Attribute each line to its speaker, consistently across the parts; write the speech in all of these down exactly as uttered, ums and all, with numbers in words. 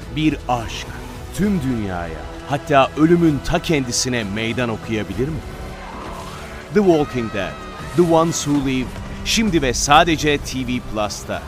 Speaker 1: Bir aşk tüm dünyaya, hatta ölümün ta kendisine meydan okuyabilir mi? The Walking Dead, The Ones Who Live, şimdi ve sadece T V Plus'ta.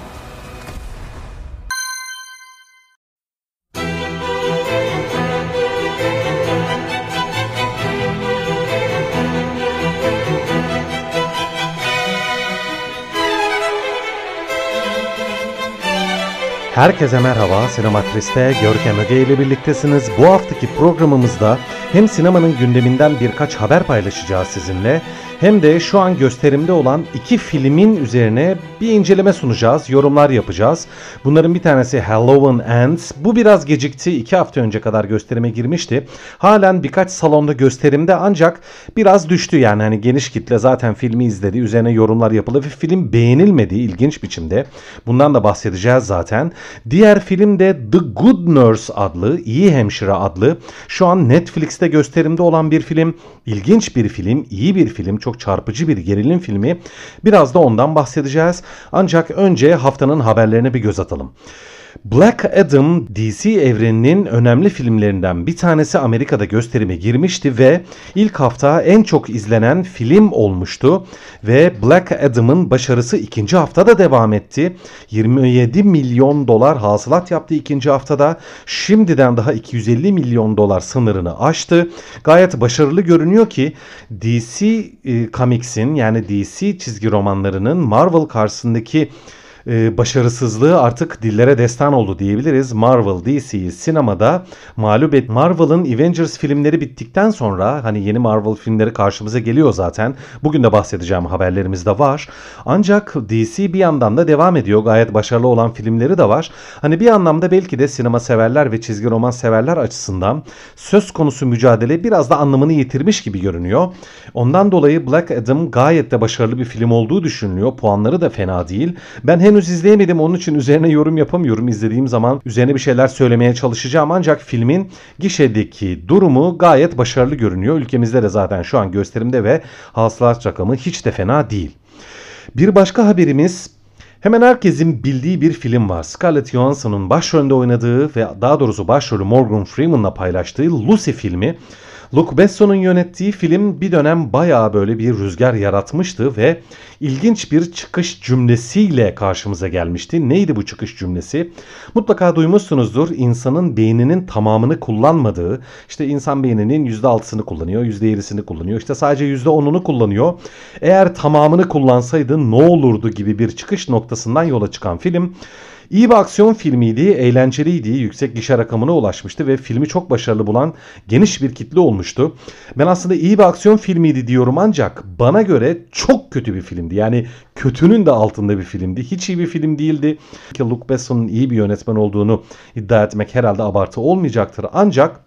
Speaker 2: Herkese merhaba, Sinematris'te Görkem Öge ile birliktesiniz. Bu haftaki programımızda hem sinemanın gündeminden birkaç haber paylaşacağız sizinle, hem de şu an gösterimde olan iki filmin üzerine bir inceleme sunacağız, yorumlar yapacağız. Bunların bir tanesi Halloween Ends. Bu biraz gecikti, iki hafta önce kadar gösterime girmişti. Halen birkaç salonda gösterimde ancak biraz düştü, yani hani geniş kitle zaten filmi izledi, üzerine yorumlar yapıldı ve film beğenilmedi ilginç biçimde. Bundan da bahsedeceğiz zaten. Diğer film de The Good Nurse adlı, İyi Hemşire adlı, şu an Netflix'te gösterimde olan bir film. İlginç bir film, iyi bir film, çok çarpıcı bir gerilim filmi. Biraz da ondan bahsedeceğiz. Ancak önce haftanın haberlerine bir göz atalım. Black Adam, D C evreninin önemli filmlerinden bir tanesi, Amerika'da gösterime girmişti ve ilk hafta en çok izlenen film olmuştu. Ve Black Adam'ın başarısı ikinci haftada devam etti. yirmi yedi milyon dolar hasılat yaptı ikinci haftada. Şimdiden daha iki yüz elli milyon dolar sınırını aştı. Gayet başarılı görünüyor ki D C e, Comics'in, yani D C çizgi romanlarının Marvel karşısındaki Ee, başarısızlığı artık dillere destan oldu diyebiliriz. Marvel D C'yi sinemada mağlup et. Marvel'ın Avengers filmleri bittikten sonra, hani yeni Marvel filmleri karşımıza geliyor zaten. Bugün de bahsedeceğim haberlerimizde var. Ancak D C bir yandan da devam ediyor. Gayet başarılı olan filmleri de var. Hani bir anlamda belki de sinema severler ve çizgi roman severler açısından söz konusu mücadele biraz da anlamını yitirmiş gibi görünüyor. Ondan dolayı Black Adam gayet de başarılı bir film olduğu düşünülüyor. Puanları da fena değil. Ben henüz izleyemedim, onun için üzerine yorum yapamıyorum. İzlediğim zaman üzerine bir şeyler söylemeye çalışacağım, ancak filmin gişedeki durumu gayet başarılı görünüyor. Ülkemizde de zaten şu an gösterimde ve hasılat rakamı hiç de fena değil. Bir başka haberimiz, hemen herkesin bildiği bir film var. Scarlett Johansson'un başrolünde oynadığı ve daha doğrusu başrolü Morgan Freeman'la paylaştığı Lucy filmi. Luc Besson'un yönettiği film bir dönem bayağı böyle bir rüzgar yaratmıştı ve ilginç bir çıkış cümlesiyle karşımıza gelmişti. Neydi bu çıkış cümlesi? Mutlaka duymuşsunuzdur. İnsanın beyninin tamamını kullanmadığı, işte insan beyninin yüzde altısını kullanıyor, yüzde yedisini kullanıyor, işte sadece yüzde onunu kullanıyor. Eğer tamamını kullansaydı ne olurdu gibi bir çıkış noktasından yola çıkan film. İyi bir aksiyon filmiydi, eğlenceliydi, yüksek gişe rakamına ulaşmıştı ve filmi çok başarılı bulan geniş bir kitle olmuştu. Ben aslında iyi bir aksiyon filmiydi diyorum, ancak bana göre çok kötü bir filmdi. Yani kötünün de altında bir filmdi. Hiç iyi bir film değildi. Ki Luc Besson'un iyi bir yönetmen olduğunu iddia etmek herhalde abartı olmayacaktır. Ancak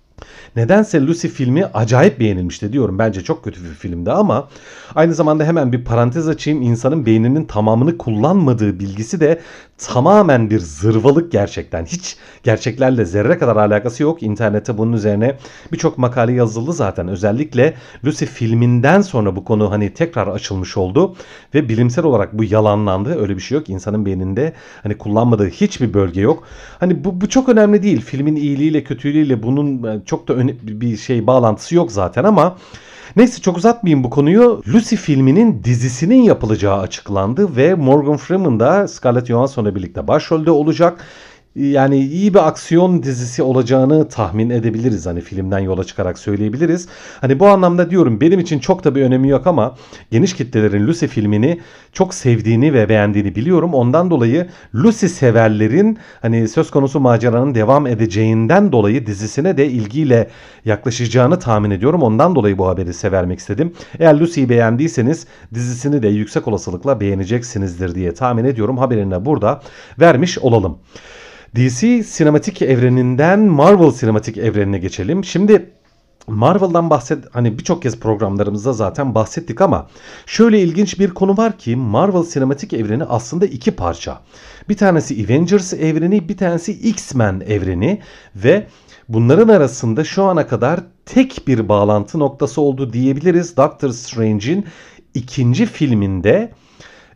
Speaker 2: nedense Lucy filmi acayip beğenilmişti diyorum. Bence çok kötü bir filmdi, ama aynı zamanda hemen bir parantez açayım. İnsanın beyninin tamamını kullanmadığı bilgisi de tamamen bir zırvalık gerçekten. Hiç gerçeklerle zerre kadar alakası yok. İnternette bunun üzerine birçok makale yazıldı zaten. Özellikle Lucy filminden sonra bu konu hani tekrar açılmış oldu ve bilimsel olarak bu yalanlandı. Öyle bir şey yok. İnsanın beyninde hani kullanmadığı hiçbir bölge yok. Hani bu, bu çok önemli değil. Filmin iyiliğiyle kötülüğüyle bunun çok da bir şey bağlantısı yok zaten, ama neyse, çok uzatmayayım bu konuyu. Lucy filminin dizisinin yapılacağı açıklandı ve Morgan Freeman da Scarlett Johansson'la birlikte başrolde olacak. Yani iyi bir aksiyon dizisi olacağını tahmin edebiliriz. Hani filmden yola çıkarak söyleyebiliriz. Hani bu anlamda diyorum, benim için çok da bir önemi yok, ama geniş kitlelerin Lucy filmini çok sevdiğini ve beğendiğini biliyorum. Ondan dolayı Lucy severlerin hani söz konusu maceranın devam edeceğinden dolayı dizisine de ilgiyle yaklaşacağını tahmin ediyorum. Ondan dolayı bu haberi size vermek istedim. Eğer Lucy'yi beğendiyseniz dizisini de yüksek olasılıkla beğeneceksinizdir diye tahmin ediyorum. Haberini de burada vermiş olalım. D C sinematik evreninden Marvel sinematik evrenine geçelim. Şimdi Marvel'dan bahset, hani birçok kez programlarımızda zaten bahsettik, ama şöyle ilginç bir konu var ki Marvel sinematik evreni aslında iki parça. Bir tanesi Avengers evreni, bir tanesi X-Men evreni ve bunların arasında şu ana kadar tek bir bağlantı noktası oldu diyebiliriz. Doctor Strange'in ikinci filminde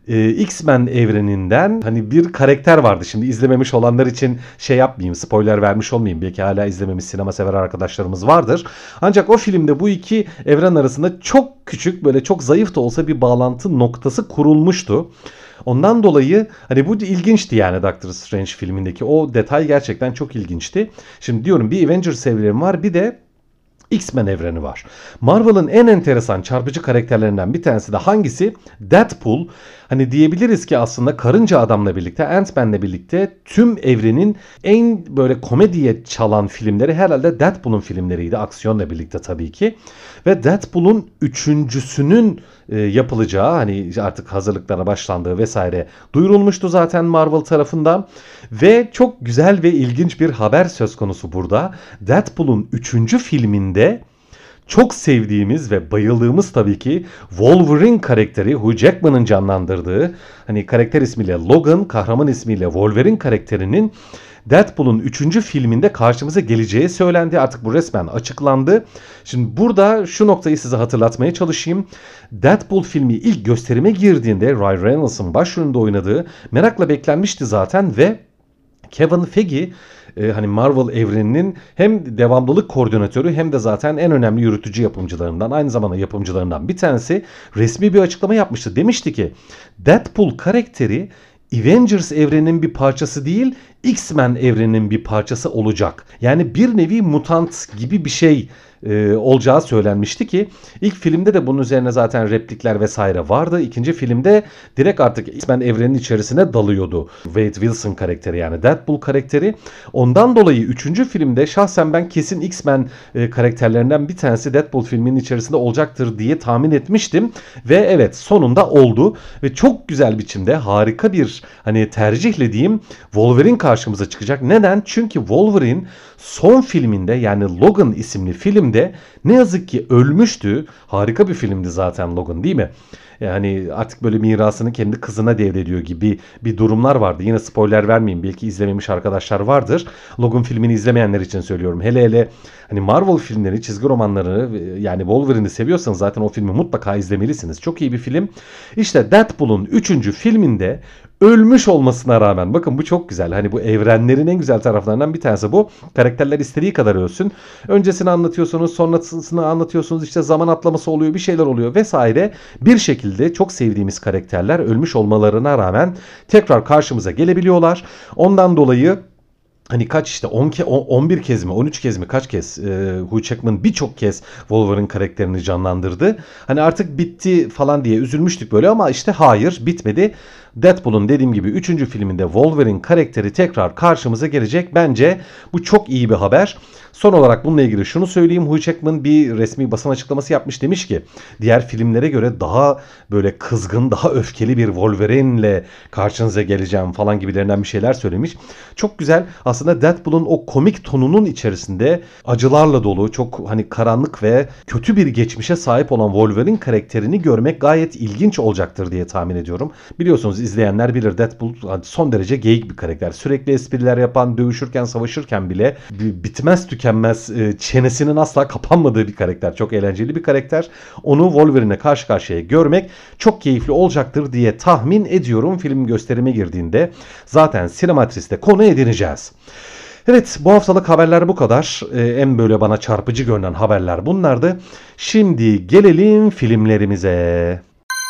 Speaker 2: e, X-Men evreninden hani bir karakter vardı. Şimdi izlememiş olanlar için şey yapmayayım, spoiler vermiş olmayayım. Belki hala izlememiş sinema sever arkadaşlarımız vardır. Ancak o filmde bu iki evren arasında çok küçük, böyle çok zayıf da olsa bir bağlantı noktası kurulmuştu. Ondan dolayı hani bu ilginçti yani Doctor Strange filmindeki o detay gerçekten çok ilginçti. Şimdi diyorum bir Avengers evreni var, bir de X-Men evreni var. Marvel'ın en enteresan çarpıcı karakterlerinden bir tanesi de hangisi? Deadpool. Hani diyebiliriz ki aslında Karınca Adam'la birlikte, Ant-Man'le birlikte tüm evrenin en böyle komediye çalan filmleri herhalde Deadpool'un filmleriydi. Aksiyonla birlikte tabii ki. Ve Deadpool'un üçüncüsünün e, yapılacağı, hani artık hazırlıklara başlandığı vesaire duyurulmuştu zaten Marvel tarafından. Ve çok güzel ve ilginç bir haber söz konusu burada. Deadpool'un üçüncü filminde çok sevdiğimiz ve bayıldığımız tabii ki Wolverine karakteri, Hugh Jackman'ın canlandırdığı, hani karakter ismiyle Logan, kahraman ismiyle Wolverine karakterinin Deadpool'un üçüncü filminde karşımıza geleceği söylendi. Artık bu resmen açıklandı. Şimdi burada şu noktayı size hatırlatmaya çalışayım. Deadpool filmi ilk gösterime girdiğinde Ryan Reynolds'ın başrolünde oynadığı merakla beklenmişti zaten ve Kevin Feige e, hani Marvel evreninin hem devamlılık koordinatörü hem de zaten en önemli yürütücü yapımcılarından, aynı zamanda yapımcılarından bir tanesi, resmi bir açıklama yapmıştı. Demişti ki Deadpool karakteri Avengers evreninin bir parçası değil, X-Men evreninin bir parçası olacak. Yani bir nevi mutant gibi bir şey e, olacağı söylenmişti ki ilk filmde de bunun üzerine zaten replikler vesaire vardı. İkinci filmde direkt artık X-Men evreninin içerisine dalıyordu Wade Wilson karakteri, yani Deadpool karakteri. Ondan dolayı üçüncü filmde şahsen ben kesin X-Men e, karakterlerinden bir tanesi Deadpool filminin içerisinde olacaktır diye tahmin etmiştim. Ve evet, sonunda oldu ve çok güzel biçimde harika bir hani tercihle diyeyim Wolverine karşımıza çıkacak. Neden? Çünkü Wolverine son filminde, yani Logan isimli filmde ne yazık ki ölmüştü. Harika bir filmdi zaten Logan, değil mi? Yani artık böyle mirasını kendi kızına devrediyor gibi bir durumlar vardı. Yine spoiler vermeyeyim, belki izlememiş arkadaşlar vardır. Logan filmini izlemeyenler için söylüyorum. Hele hele hani Marvel filmleri, çizgi romanları, yani Wolverine'i seviyorsanız zaten o filmi mutlaka izlemelisiniz. Çok iyi bir film. İşte Deadpool'un üçüncü filminde ölmüş olmasına rağmen, bakın bu çok güzel. Hani bu evrenlerin en güzel taraflarından bir tanesi bu. Karakterler istediği kadar ölsün. Öncesini anlatıyorsunuz, sonrasını anlatıyorsunuz. İşte zaman atlaması oluyor, bir şeyler oluyor vesaire. Bir şekilde çok sevdiğimiz karakterler ölmüş olmalarına rağmen tekrar karşımıza gelebiliyorlar. Ondan dolayı hani kaç işte on ke on bir kez mi on üç kez mi kaç kez e, Hugh Jackman birçok kez Wolverine karakterini canlandırdı. Hani artık bitti falan diye üzülmüştük böyle ama işte hayır, bitmedi. Deadpool'un dediğim gibi üçüncü filminde Wolverine karakteri tekrar karşımıza gelecek. Bence bu çok iyi bir haber. Son olarak bununla ilgili şunu söyleyeyim. Hugh Jackman bir resmi basın açıklaması yapmış. Demiş ki diğer filmlere göre daha böyle kızgın, daha öfkeli bir Wolverine'le karşınıza geleceğim falan gibilerinden bir şeyler söylemiş. Çok güzel. Aslında Deadpool'un o komik tonunun içerisinde acılarla dolu, çok hani karanlık ve kötü bir geçmişe sahip olan Wolverine karakterini görmek gayet ilginç olacaktır diye tahmin ediyorum. Biliyorsunuz, izleyenler bilir, Deadpool son derece geyik bir karakter. Sürekli espriler yapan, dövüşürken, savaşırken bile bitmez tükenmez, çenesinin asla kapanmadığı bir karakter. Çok eğlenceli bir karakter. Onu Wolverine'e karşı karşıya görmek çok keyifli olacaktır diye tahmin ediyorum. Film gösterime girdiğinde zaten Sinematris'te konu edineceğiz. Evet, bu haftalık haberler bu kadar. Ee, en böyle bana çarpıcı görünen haberler bunlardı. Şimdi gelelim filmlerimize.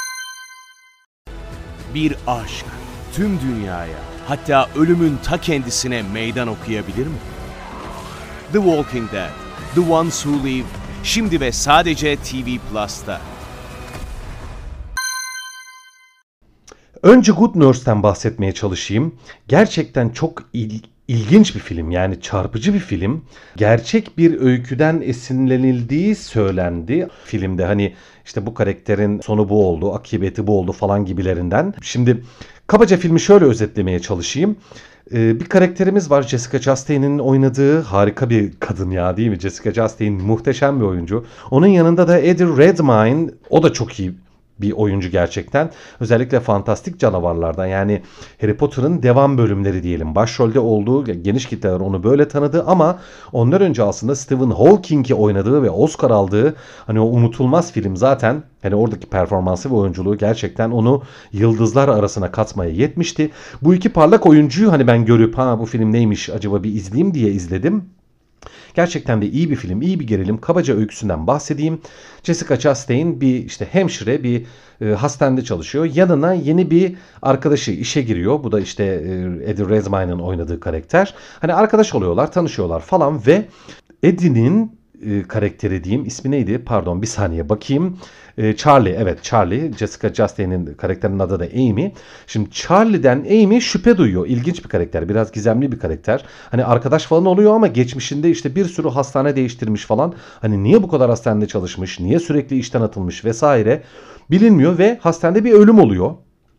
Speaker 1: Bir aşk tüm dünyaya, hatta ölümün ta kendisine meydan okuyabilir mi? The Walking Dead, The Ones Who Live, şimdi ve sadece T V Plus'ta.
Speaker 2: Önce Good Nurse'ten bahsetmeye çalışayım. Gerçekten çok il, ilginç bir film, yani çarpıcı bir film. Gerçek bir öyküden esinlenildiği söylendi filmde. Hani işte bu karakterin sonu bu oldu, akıbeti bu oldu falan gibilerinden. Şimdi kabaca filmi şöyle özetlemeye çalışayım. Ee, bir karakterimiz var, Jessica Chastain'in oynadığı, harika bir kadın ya, değil mi? Jessica Chastain muhteşem bir oyuncu. Onun yanında da Eddie Redmayne, o da çok iyi bir oyuncu gerçekten. Özellikle fantastik canavarlardan, yani Harry Potter'ın devam bölümleri diyelim. Başrolde olduğu, geniş kitleler onu böyle tanıdı ama ondan önce aslında Stephen Hawking'i oynadığı ve Oscar aldığı hani o unutulmaz film zaten, hani oradaki performansı ve oyunculuğu gerçekten onu yıldızlar arasına katmaya yetmişti. Bu iki parlak oyuncuyu hani ben görüp ha bu film neymiş acaba bir izleyeyim diye izledim. Gerçekten de iyi bir film, iyi bir gerilim. Kabaca öyküsünden bahsedeyim. Jessica Chastain bir işte hemşire, bir e, hastanede çalışıyor. Yanına yeni bir arkadaşı işe giriyor. Bu da işte e, Eddie Redmayne'ın oynadığı karakter. Hani arkadaş oluyorlar, tanışıyorlar falan ve Eddie'nin e, karakteri diyeyim. İsmi neydi? Pardon bir saniye bakayım. E, Charlie, evet Charlie. Jessica Chastain'in karakterinin adı da Amy. Şimdi Charlie'den Amy şüphe duyuyor. İlginç bir karakter. Biraz gizemli bir karakter. Hani arkadaş falan oluyor ama geçmişinde işte bir sürü hastane değiştirmiş falan. Hani niye bu kadar hastanede çalışmış? Niye sürekli işten atılmış vesaire bilinmiyor ve hastanede bir ölüm oluyor.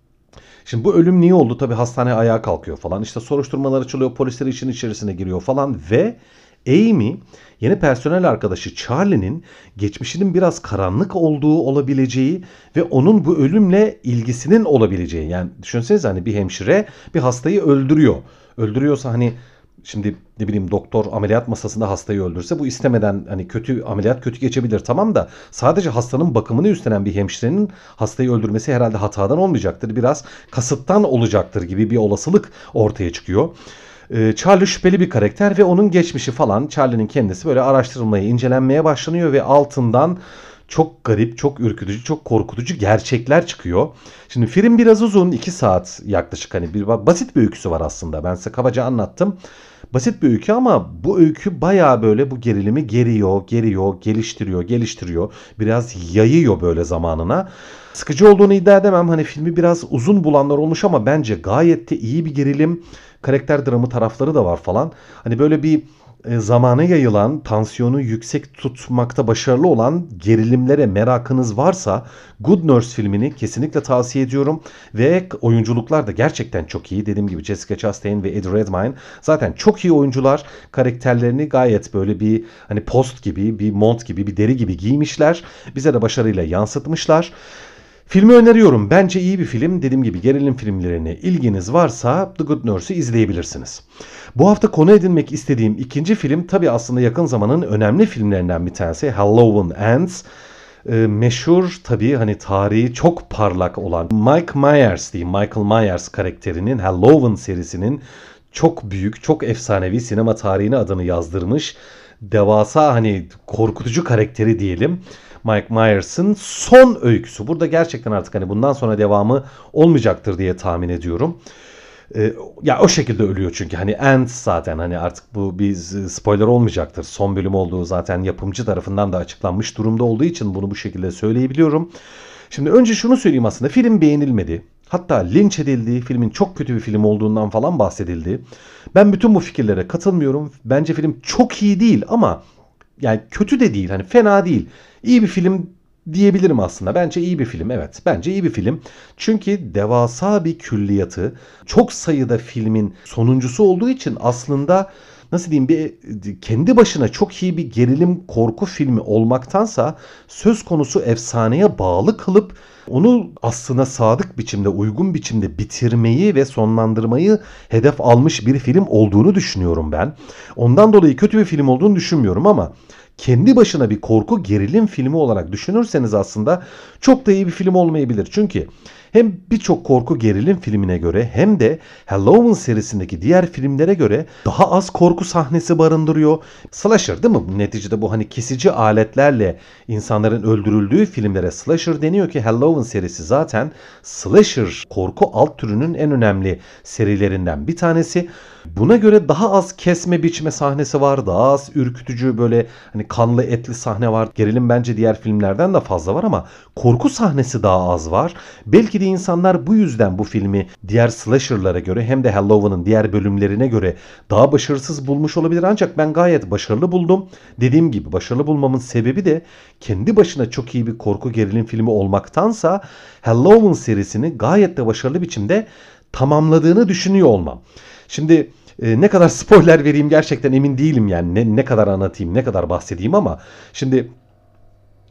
Speaker 2: Şimdi bu ölüm niye oldu? Tabii hastane ayağa kalkıyor falan. İşte soruşturmalar açılıyor. Polisler işin içerisine giriyor falan ve Amy yeni personel arkadaşı Charlie'nin geçmişinin biraz karanlık olduğu olabileceği ve onun bu ölümle ilgisinin olabileceği. Yani düşünsenize hani bir hemşire bir hastayı öldürüyor. Öldürüyorsa hani şimdi ne bileyim doktor ameliyat masasında hastayı öldürse bu istemeden hani kötü ameliyat kötü geçebilir tamam da sadece hastanın bakımını üstlenen bir hemşirenin hastayı öldürmesi herhalde hatadan olmayacaktır. Biraz kasıttan olacaktır gibi bir olasılık ortaya çıkıyor. Charlie şüpheli bir karakter ve onun geçmişi falan Charlie'nin kendisi böyle araştırılmaya, incelenmeye başlanıyor ve altından çok garip, çok ürkütücü, çok korkutucu gerçekler çıkıyor. Şimdi film biraz uzun, iki saat yaklaşık, hani bir basit bir öyküsü var aslında. Ben size kabaca anlattım. Basit bir öykü ama bu öykü bayağı böyle bu gerilimi geriyor, geriyor, geliştiriyor, geliştiriyor. Biraz yayıyor böyle zamanına. Sıkıcı olduğunu iddia edemem. Hani filmi biraz uzun bulanlar olmuş ama bence gayet de iyi bir gerilim. Karakter dramı tarafları da var falan. Hani böyle bir e, zamana yayılan, tansiyonu yüksek tutmakta başarılı olan gerilimlere merakınız varsa Good Nurse filmini kesinlikle tavsiye ediyorum. Ve oyunculuklar da gerçekten çok iyi. Dediğim gibi Jessica Chastain ve Eddie Redmayne zaten çok iyi oyuncular. Karakterlerini gayet böyle bir hani post gibi, bir mont gibi, bir deri gibi giymişler. Bize de başarıyla yansıtmışlar. Filmi öneriyorum. Bence iyi bir film. Dediğim gibi gerilim filmlerine ilginiz varsa The Good Nurse'ü izleyebilirsiniz. Bu hafta konu edinmek istediğim ikinci film tabii aslında yakın zamanın önemli filmlerinden bir tanesi. Halloween Ends. Ee, meşhur tabii hani tarihi çok parlak olan Mike Myers diyeyim. Michael Myers karakterinin Halloween serisinin çok büyük, çok efsanevi sinema tarihine adını yazdırmış. Devasa hani korkutucu karakteri diyelim. Mike Myers'ın son öyküsü. Burada gerçekten artık hani bundan sonra devamı olmayacaktır diye tahmin ediyorum. Ee, ya o şekilde ölüyor çünkü hani end zaten hani artık bu bir spoiler olmayacaktır. Son bölüm olduğu zaten yapımcı tarafından da açıklanmış durumda olduğu için bunu bu şekilde söyleyebiliyorum. Şimdi önce şunu söyleyeyim, aslında film beğenilmedi. Hatta linç edildi, filmin çok kötü bir film olduğundan falan bahsedildi. Ben bütün bu fikirlere katılmıyorum. Bence film çok iyi değil ama yani kötü de değil, hani fena değil. İyi bir film diyebilirim aslında. Bence iyi bir film, evet. Bence iyi bir film. Çünkü devasa bir külliyatı, çok sayıda filmin sonuncusu olduğu için aslında nasıl diyeyim bir kendi başına çok iyi bir gerilim korku filmi olmaktansa söz konusu efsaneye bağlı kalıp onu aslına sadık biçimde, uygun biçimde bitirmeyi ve sonlandırmayı hedef almış bir film olduğunu düşünüyorum ben. Ondan dolayı kötü bir film olduğunu düşünmüyorum ama kendi başına bir korku gerilim filmi olarak düşünürseniz aslında çok da iyi bir film olmayabilir. Çünkü hem birçok korku gerilim filmine göre hem de Halloween serisindeki diğer filmlere göre daha az korku sahnesi barındırıyor. Slasher değil mi? Neticede bu hani kesici aletlerle insanların öldürüldüğü filmlere slasher deniyor ki Halloween serisi zaten slasher korku alt türünün en önemli serilerinden bir tanesi. Buna göre daha az kesme biçme sahnesi var. Daha az ürkütücü böyle hani kanlı etli sahne var. Gerilim bence diğer filmlerden de fazla var ama korku sahnesi daha az var. Belki de insanlar bu yüzden bu filmi diğer slasher'lara göre hem de Halloween'ın diğer bölümlerine göre daha başarısız bulmuş olabilir. Ancak ben gayet başarılı buldum. Dediğim gibi başarılı bulmamın sebebi de kendi başına çok iyi bir korku gerilim filmi olmaktansa Halloween serisini gayet de başarılı biçimde tamamladığını düşünüyor olmam. Şimdi e, ne kadar spoiler vereyim gerçekten emin değilim yani ne, ne kadar anlatayım, ne kadar bahsedeyim ama şimdi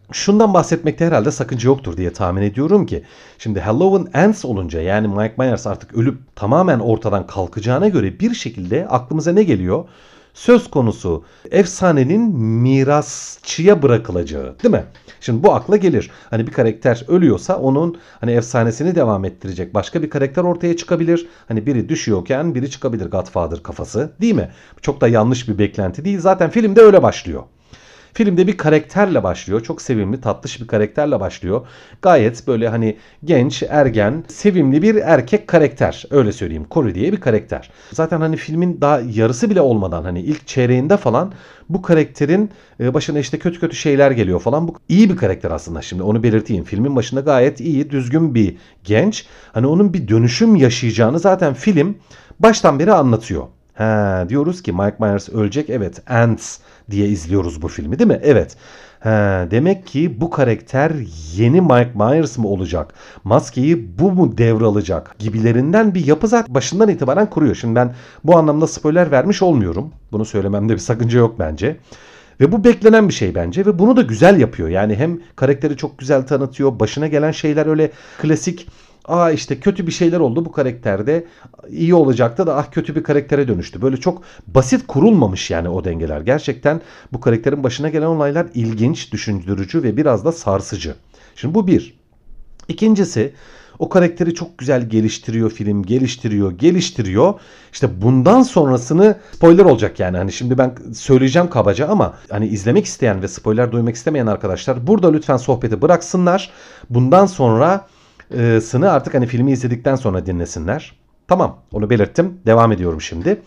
Speaker 2: şundan bahsetmekte herhalde sakınca yoktur diye tahmin ediyorum ki şimdi Halloween Ends olunca yani Mike Myers artık ölüp tamamen ortadan kalkacağına göre bir şekilde aklımıza ne geliyor? Söz konusu efsanenin mirasçıya bırakılacağı, değil mi? Şimdi bu akla gelir. Hani bir karakter ölüyorsa onun hani efsanesini devam ettirecek başka bir karakter ortaya çıkabilir. Hani biri düşüyorken biri çıkabilir, Godfather kafası, değil mi? Çok da yanlış bir beklenti değil. Zaten filmde öyle başlıyor. Filmde bir karakterle başlıyor. Çok sevimli, tatlış bir karakterle başlıyor. Gayet böyle hani genç, ergen, sevimli bir erkek karakter. Öyle söyleyeyim. Corey diye bir karakter. Zaten hani filmin daha yarısı bile olmadan hani ilk çeyreğinde falan bu karakterin başına işte kötü kötü şeyler geliyor falan. Bu iyi bir karakter aslında, şimdi onu belirteyim. Filmin başında gayet iyi, düzgün bir genç. Hani onun bir dönüşüm yaşayacağını zaten film baştan beri anlatıyor. He, diyoruz ki Mike Myers ölecek. Evet, Ants diye izliyoruz bu filmi, değil mi? Evet. He, demek ki bu karakter yeni Mike Myers mı olacak? Maskeyi bu mu devralacak? Gibilerinden bir yapı zaten başından itibaren kuruyor. Şimdi ben bu anlamda spoiler vermiş olmuyorum. Bunu söylememde bir sakınca yok bence. Ve bu beklenen bir şey bence ve bunu da güzel yapıyor. Yani hem karakteri çok güzel tanıtıyor. Başına gelen şeyler öyle klasik, aa işte kötü bir şeyler oldu bu karakterde, iyi olacaktı da ah kötü bir karaktere dönüştü. Böyle çok basit kurulmamış yani o dengeler. Gerçekten bu karakterin başına gelen olaylar ilginç, düşündürücü ve biraz da sarsıcı. Şimdi bu bir. İkincisi, o karakteri çok güzel geliştiriyor film, geliştiriyor, geliştiriyor. İşte bundan sonrasını spoiler olacak yani. Hani şimdi ben söyleyeceğim kabaca ama hani izlemek isteyen ve spoiler duymak istemeyen arkadaşlar burada lütfen sohbeti bıraksınlar. Bundan sonra sını artık hani filmi izledikten sonra dinlesinler. Tamam, onu belirttim. Devam ediyorum şimdi.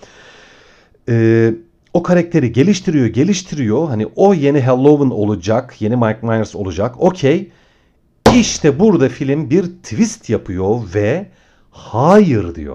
Speaker 2: Ee, o karakteri geliştiriyor, geliştiriyor. Hani o yeni Halloween olacak, yeni Mike Myers olacak. Okey. İşte burada film bir twist yapıyor ve hayır diyor.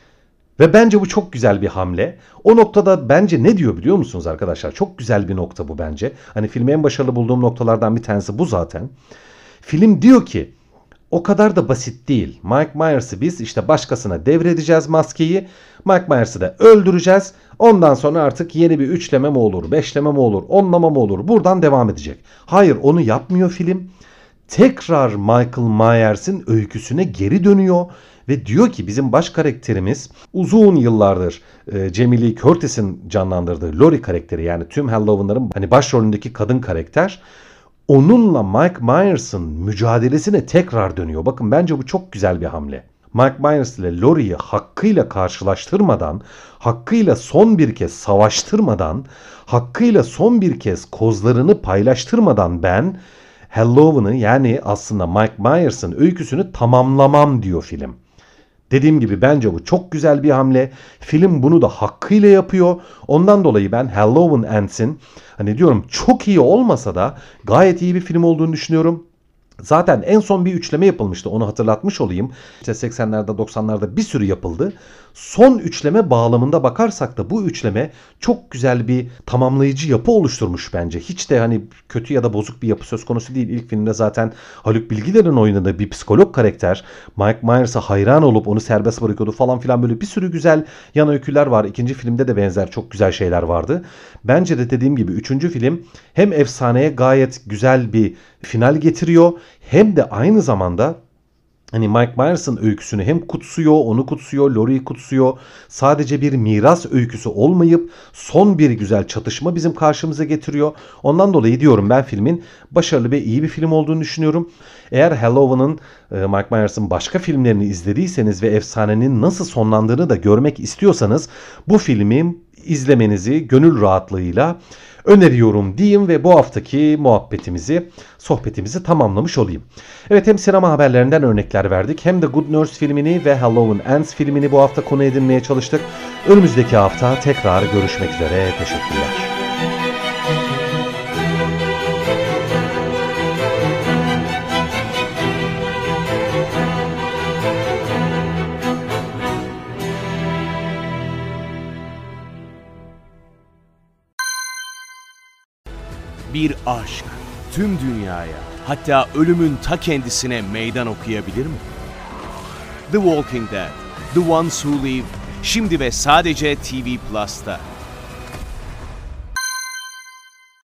Speaker 2: Ve bence bu çok güzel bir hamle. O noktada bence ne diyor biliyor musunuz arkadaşlar? Çok güzel bir nokta bu bence. Hani filmi en başarılı bulduğum noktalardan bir tanesi bu zaten. Film diyor ki o kadar da basit değil. Mike Myers'ı biz işte başkasına devredeceğiz maskeyi. Mike Myers'ı da öldüreceğiz. Ondan sonra artık yeni bir üçleme mi olur, beşleme mi olur, onlama mı olur? Buradan devam edecek. Hayır, onu yapmıyor film. Tekrar Michael Myers'in öyküsüne geri dönüyor. Ve diyor ki bizim baş karakterimiz uzun yıllardır e, Jamie Lee Curtis'in canlandırdığı Laurie karakteri, yani tüm Halloween'ların hani başrolündeki kadın karakter, onunla Mike Myers'ın mücadelesine tekrar dönüyor. Bakın bence bu çok güzel bir hamle. Mike Myers ile Laurie'yi hakkıyla karşılaştırmadan, hakkıyla son bir kez savaştırmadan, hakkıyla son bir kez kozlarını paylaştırmadan ben Halloween'ı, yani aslında Mike Myers'ın öyküsünü tamamlamam diyor film. Dediğim gibi bence bu çok güzel bir hamle. Film bunu da hakkıyla yapıyor. Ondan dolayı ben Halloween Ends'in hani diyorum çok iyi olmasa da gayet iyi bir film olduğunu düşünüyorum. Zaten en son bir üçleme yapılmıştı, onu hatırlatmış olayım. İşte seksenlerde doksanlarda bir sürü yapıldı. Son üçleme bağlamında bakarsak da bu üçleme çok güzel bir tamamlayıcı yapı oluşturmuş bence. Hiç de hani kötü ya da bozuk bir yapı söz konusu değil. İlk filmde zaten Haluk Bilgiler'in oynadığı bir psikolog karakter Mike Myers'a hayran olup onu serbest bırakıyordu falan filan, böyle bir sürü güzel yan öyküler var. İkinci filmde de benzer çok güzel şeyler vardı. Bence de dediğim gibi üçüncü film hem efsaneye gayet güzel bir final getiriyor hem de aynı zamanda hani Mike Myers'ın öyküsünü hem kutsuyor, onu kutsuyor, Laurie'yi kutsuyor. Sadece bir miras öyküsü olmayıp son bir güzel çatışma bizim karşımıza getiriyor. Ondan dolayı diyorum ben filmin başarılı ve iyi bir film olduğunu düşünüyorum. Eğer Halloween'ın, Mike Myers'ın başka filmlerini izlediyseniz ve efsanenin nasıl sonlandığını da görmek istiyorsanız bu filmi izlemenizi gönül rahatlığıyla öneriyorum diyeyim ve bu haftaki muhabbetimizi, sohbetimizi tamamlamış olayım. Evet, hem sinema haberlerinden örnekler verdik hem de Good Nurse filmini ve Halloween Ends filmini bu hafta konu edinmeye çalıştık. Önümüzdeki hafta tekrar görüşmek üzere. Teşekkürler.
Speaker 1: Bir aşk tüm dünyaya, hatta ölümün ta kendisine meydan okuyabilir mi? The Walking Dead, The Ones Who Live, şimdi ve sadece T V Plus'ta.